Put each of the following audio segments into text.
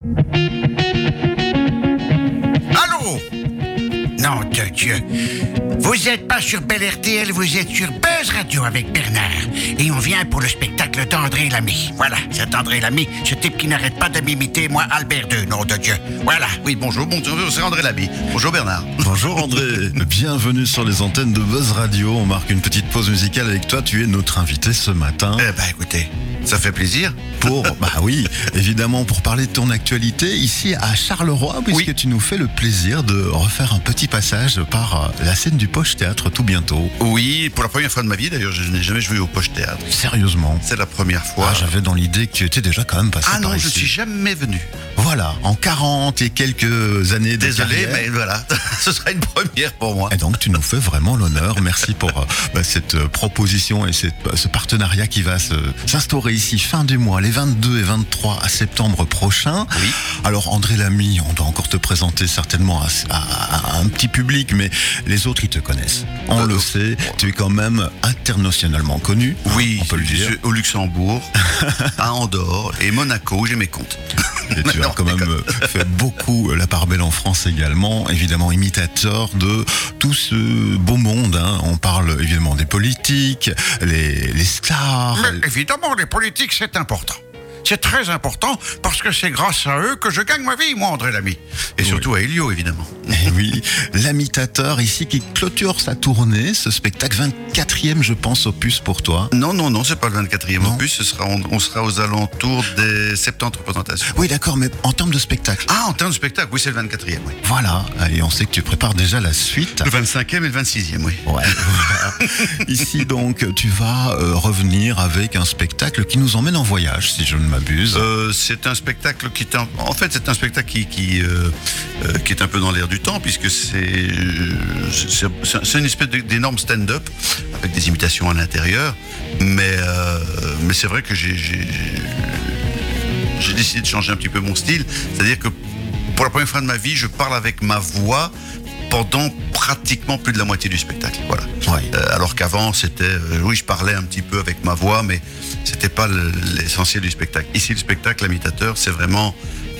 Allô? Non de Dieu. Vous n'êtes pas sur Bel RTL, vous êtes sur Buzz Radio avec Bernard. Et on vient pour le spectacle d'André Lamy. Voilà, c'est André Lamy, ce type qui n'arrête pas de m'imiter, moi, Albert II, nom de Dieu. Voilà. Oui, bonjour, c'est André Lamy. Bonjour Bernard. Bonjour André, bienvenue sur les antennes de Buzz Radio. On marque une petite pause musicale avec toi, tu es notre invité ce matin. Écoutez, ça fait plaisir. Oui, évidemment, pour parler de ton actualité ici à Charleroi, puisque tu nous fais le plaisir de refaire un petit passage par la scène du Poche Théâtre tout bientôt. Oui, pour la première fois de ma vie d'ailleurs, je n'ai jamais joué au Poche Théâtre. Sérieusement? C'est la première fois. J'avais dans l'idée que tu étais déjà quand même passé par ici. Ah non, je suis jamais venu. Voilà, en 40 et quelques années de Désolé, carrière. mais voilà, ce sera une première pour moi. Et donc tu nous fais vraiment l'honneur. Merci pour cette proposition et ce partenariat qui va s'instaurer ici fin du mois, les 22 et 23 septembre prochains. Oui. Alors André Lamy, on doit encore te présenter certainement à un petit public, mais les autres ils te connaissent. On le sait, tu es quand même internationalement connu. Oui, on peut le dire. Je suis au Luxembourg, à Andorre et Monaco, j'ai mes comptes. Et tu as quand même fait beaucoup la part belle en France également, évidemment imitateur de tout ce beau monde. Hein. On parle évidemment des politiques, les stars. Mais évidemment, les politiques, c'est important. C'est très important parce que c'est grâce à eux que je gagne ma vie, moi, André Lamy. Et surtout à Elio, évidemment. Et oui, l'imitateur ici qui clôture sa tournée, ce spectacle 24e, je pense, opus pour toi. Non, c'est pas le 24e opus, on sera aux alentours des 70 représentations. Oui, d'accord, mais en termes de spectacle. Ah, en termes de spectacle, oui, c'est le 24e, oui. Voilà, et on sait que tu prépares déjà la suite. Le 25e et le 26e, oui. Ouais, voilà. Ici, donc, tu vas revenir avec un spectacle qui nous emmène en voyage, si je ne m'abuse. C'est un spectacle qui est c'est un spectacle qui est un peu dans l'air du temps, puisque c'est une espèce d'énorme stand-up avec des imitations à l'intérieur, mais c'est vrai que j'ai décidé de changer un petit peu mon style, c'est-à-dire que pour la première fois de ma vie, je parle avec ma voix pendant pratiquement plus de la moitié du spectacle. Voilà. Ouais. Alors qu'avant, c'était... je parlais un petit peu avec ma voix, mais c'était pas l'essentiel du spectacle. Ici, le spectacle, l'imitateur, c'est vraiment...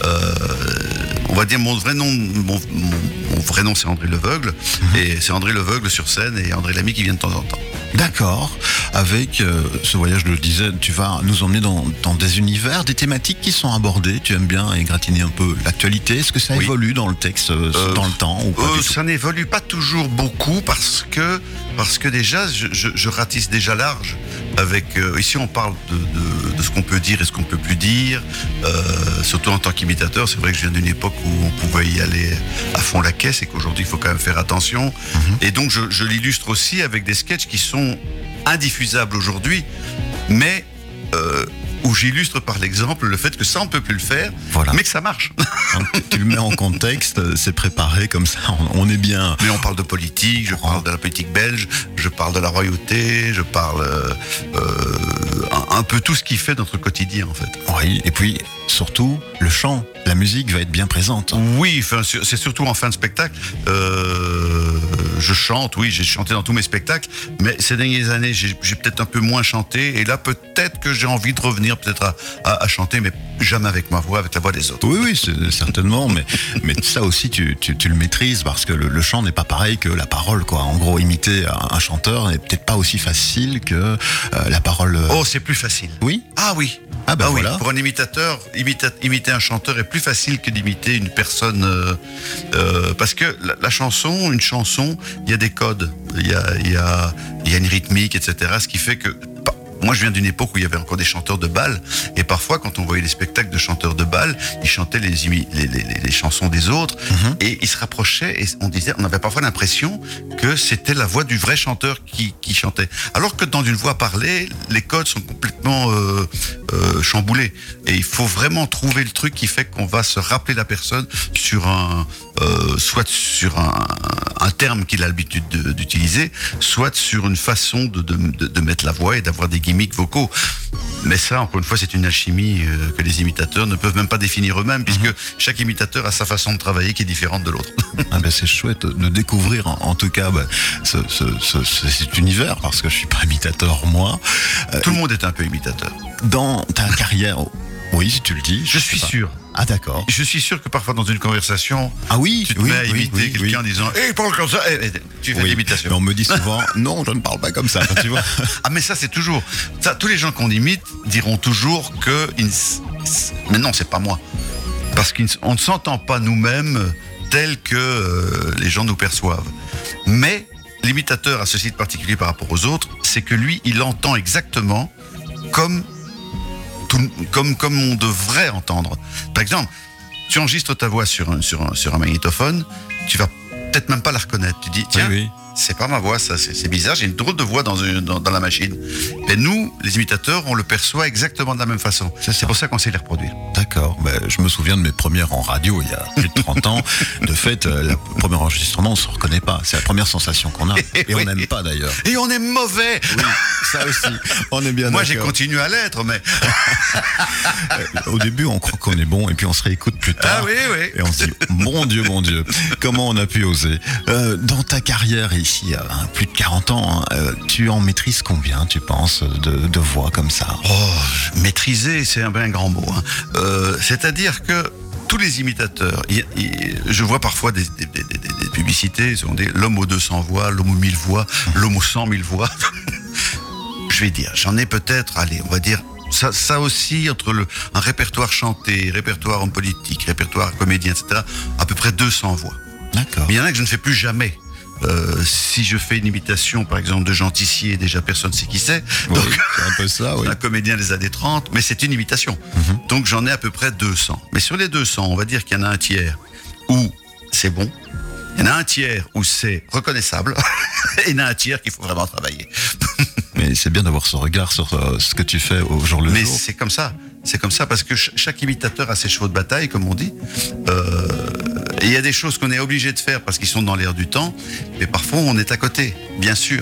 on va dire mon vrai nom c'est André Leveugle, et c'est André Leveugle sur scène et André Lamy qui vient de temps en temps. D'accord. Avec ce voyage, je le disais, tu vas nous emmener dans des univers, des thématiques qui sont abordées. Tu aimes bien égratigner un peu l'actualité. Est-ce que ça évolue dans le texte, dans le temps ou pas du tout? Ça n'évolue pas toujours beaucoup parce que déjà, je ratisse déjà large. Ici, on parle de ce qu'on peut dire et ce qu'on peut plus dire. Surtout en tant qu'imitateur, c'est vrai que je viens d'une époque où on pouvait y aller à fond la caisse et qu'aujourd'hui, il faut quand même faire attention. Et donc, je l'illustre aussi avec des sketchs qui sont indiffusables aujourd'hui, mais où j'illustre par l'exemple le fait que ça, on ne peut plus le faire, mais que ça marche. Tu le mets en contexte, c'est préparé comme ça, on est bien. Mais on parle de politique, je parle de la politique belge, je parle de la royauté, je parle un peu tout ce qui fait notre quotidien, en fait. Oui, et puis surtout, le chant, la musique va être bien présente. Oui, c'est surtout en fin de spectacle. Je chante, oui, j'ai chanté dans tous mes spectacles, mais ces dernières années, j'ai peut-être un peu moins chanté, et là, peut-être que j'ai envie de revenir peut-être à chanter, mais jamais avec ma voix, avec la voix des autres. Oui, certainement, mais ça aussi, tu le maîtrises, parce que le chant n'est pas pareil que la parole, quoi. En gros, imiter un chanteur n'est peut-être pas aussi facile que la parole. Oh, c'est plus facile. Oui? Ah oui. Voilà. Oui. Pour un imitateur, imiter un chanteur est plus facile que d'imiter une personne, parce que une chanson, il y a des codes, il y a une rythmique, etc. Ce qui fait que moi, je viens d'une époque où il y avait encore des chanteurs de bal, et parfois, quand on voyait les spectacles de chanteurs de bal, ils chantaient les chansons des autres, et ils se rapprochaient, et on avait parfois l'impression que c'était la voix du vrai chanteur qui chantait. Alors que dans une voix parlée, les codes sont complètement chamboulés, et il faut vraiment trouver le truc qui fait qu'on va se rappeler la personne sur soit sur un terme qu'il a l'habitude d'utiliser, soit sur une façon de mettre la voix et d'avoir des gimmicks vocaux. Mais ça, encore une fois, c'est une alchimie que les imitateurs ne peuvent même pas définir eux-mêmes, puisque chaque imitateur a sa façon de travailler qui est différente de l'autre. C'est chouette de découvrir en tout cas cet univers, parce que je suis pas imitateur moi. Tout le monde est un peu imitateur. Dans ta carrière, oui, si tu le dis. Je suis sûr. Ah d'accord. Je suis sûr que parfois dans une conversation, Ah oui, tu te mets à imiter quelqu'un en disant il parle comme ça, tu fais Oui. l'imitation. Mais on me dit souvent, non, je ne parle pas comme ça, tu vois. Ah mais ça c'est toujours ça, tous les gens qu'on imite diront toujours que mais non, c'est pas moi. Parce qu'on ne s'entend pas nous-mêmes tel que les gens nous perçoivent. Mais l'imitateur a ceci de particulier par rapport aux autres, c'est que lui, il entend exactement comme on devrait entendre. Par exemple, tu enregistres ta voix sur un magnétophone, tu vas peut-être même pas la reconnaître. Tu dis, tiens, Oui, oui. c'est pas ma voix, ça, c'est bizarre, j'ai une drôle de voix dans la machine. Et nous, les imitateurs, on le perçoit exactement de la même façon. C'est pour ça qu'on sait les reproduire. D'accord. Ben, je me souviens de mes premières en radio il y a plus de 30 ans. De fait, le premier enregistrement, on ne se reconnaît pas. C'est la première sensation qu'on a. Et on n'aime pas d'ailleurs. Et on est mauvais. Oui, ça aussi. On est bien Moi, d'accord. j'ai continué à l'être, mais... Au début, on croit qu'on est bon et puis on se réécoute plus tard. Ah oui, oui. Et on se dit, mon Dieu, comment on a pu oser. Dans ta carrière ici, plus de 40 ans, tu en maîtrises combien, tu penses, de voix comme ça? Oh, maîtriser, c'est un bien grand mot. Hein. C'est-à-dire que tous les imitateurs, je vois parfois des publicités, on dit l'homme aux 200 voix, l'homme aux 1000 voix, l'homme aux 100 000 voix. Je vais dire, j'en ai peut-être, allez, on va dire, ça aussi, entre un répertoire chanté, répertoire en politique, répertoire comédien, etc., à peu près 200 voix. D'accord. Mais il y en a que je ne fais plus jamais. Si je fais une imitation, par exemple, de Jean Tissier, déjà personne ne sait qui c'est. Oui, Donc, c'est un peu ça, oui. un comédien des années 30, mais c'est une imitation. Donc j'en ai à peu près 200. Mais sur les 200, on va dire qu'il y en a un tiers où c'est bon, il y en a un tiers où c'est reconnaissable, et il y en a un tiers qu'il faut vraiment travailler. Mais c'est bien d'avoir ce regard sur ce que tu fais au jour le Mais jour. c'est comme ça parce que chaque imitateur a ses chevaux de bataille, comme on dit. Et il y a des choses qu'on est obligé de faire parce qu'ils sont dans l'air du temps, mais parfois on est à côté. Bien sûr.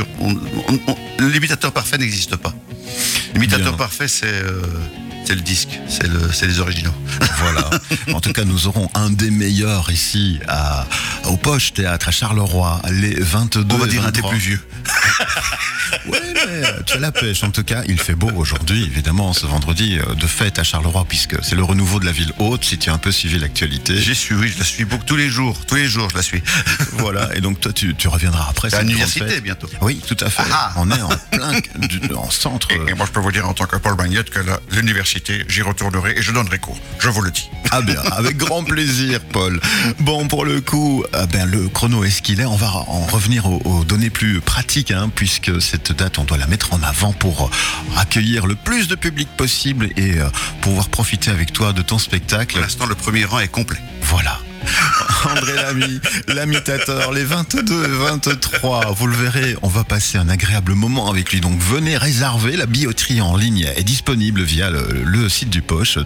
L'imitateur parfait n'existe pas. L'imitateur Bien. parfait, c'est le disque, c'est les originaux. Voilà. En tout cas, nous aurons un des meilleurs ici au Poche Théâtre à Charleroi, les 22 On va et dire un des 23. plus vieux. Oui, mais tu as la pêche. En tout cas, il fait beau aujourd'hui, évidemment, ce vendredi de fête à Charleroi, puisque c'est le renouveau de la ville haute, si tu as un peu suivi l'actualité. J'y suis, oui, je la suis beaucoup tous les jours je la suis. Voilà, et donc toi, tu reviendras après. C'est à cette grande l'université fête. bientôt. Oui, tout à fait. Ah. On est en plein en centre. Et moi, je peux vous dire en tant que Paul Bagnette que l'université, j'y retournerai et je donnerai cours. Je vous le dis. Ah bien, avec grand plaisir, Paul. Bon, pour le coup, le chrono est ce qu'il est. On va en revenir aux données plus pratiques, puisque cette date, on doit la mettre en avant pour accueillir le plus de public possible et pouvoir profiter avec toi de ton spectacle. Pour l'instant, le premier rang est complet. Voilà. André Lamy, l'imitateur, les 22 et 23, vous le verrez, on va passer un agréable moment avec lui. Donc venez réserver, la billetterie en ligne est disponible via le site du Poche,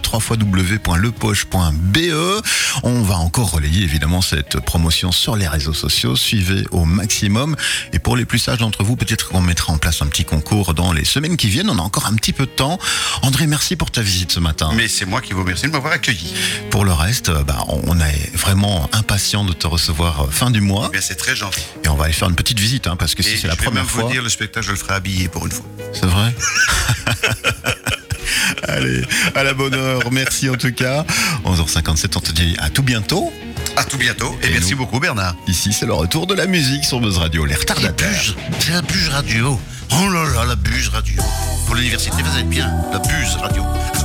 www.lepoche.be. On va encore relayer évidemment cette promotion sur les réseaux sociaux, suivez au maximum. Et pour les plus sages d'entre vous, peut-être qu'on mettra en place un petit concours dans les semaines qui viennent, on a encore un petit peu de temps. André, merci pour ta visite ce matin. Mais c'est moi qui vous remercie de m'avoir accueilli. Pour le reste, on est vraiment impatient de te recevoir fin du mois. Eh bien, c'est très gentil. Et on va aller faire une petite visite, parce que si Et c'est la je vais première même fois. vous dire, le spectacle, je le ferai habillé pour une fois. C'est vrai. Allez, à la bonne heure. Merci en tout cas. 11h57, on te dit à tout bientôt. À tout bientôt. Et Et merci nous beaucoup, Bernard. Ici, c'est le retour de la musique sur Buzz Radio, les retardataires. C'est la Buse Radio. Oh là là, la Buse Radio. Pour l'université, vous êtes bien. La Buse Radio.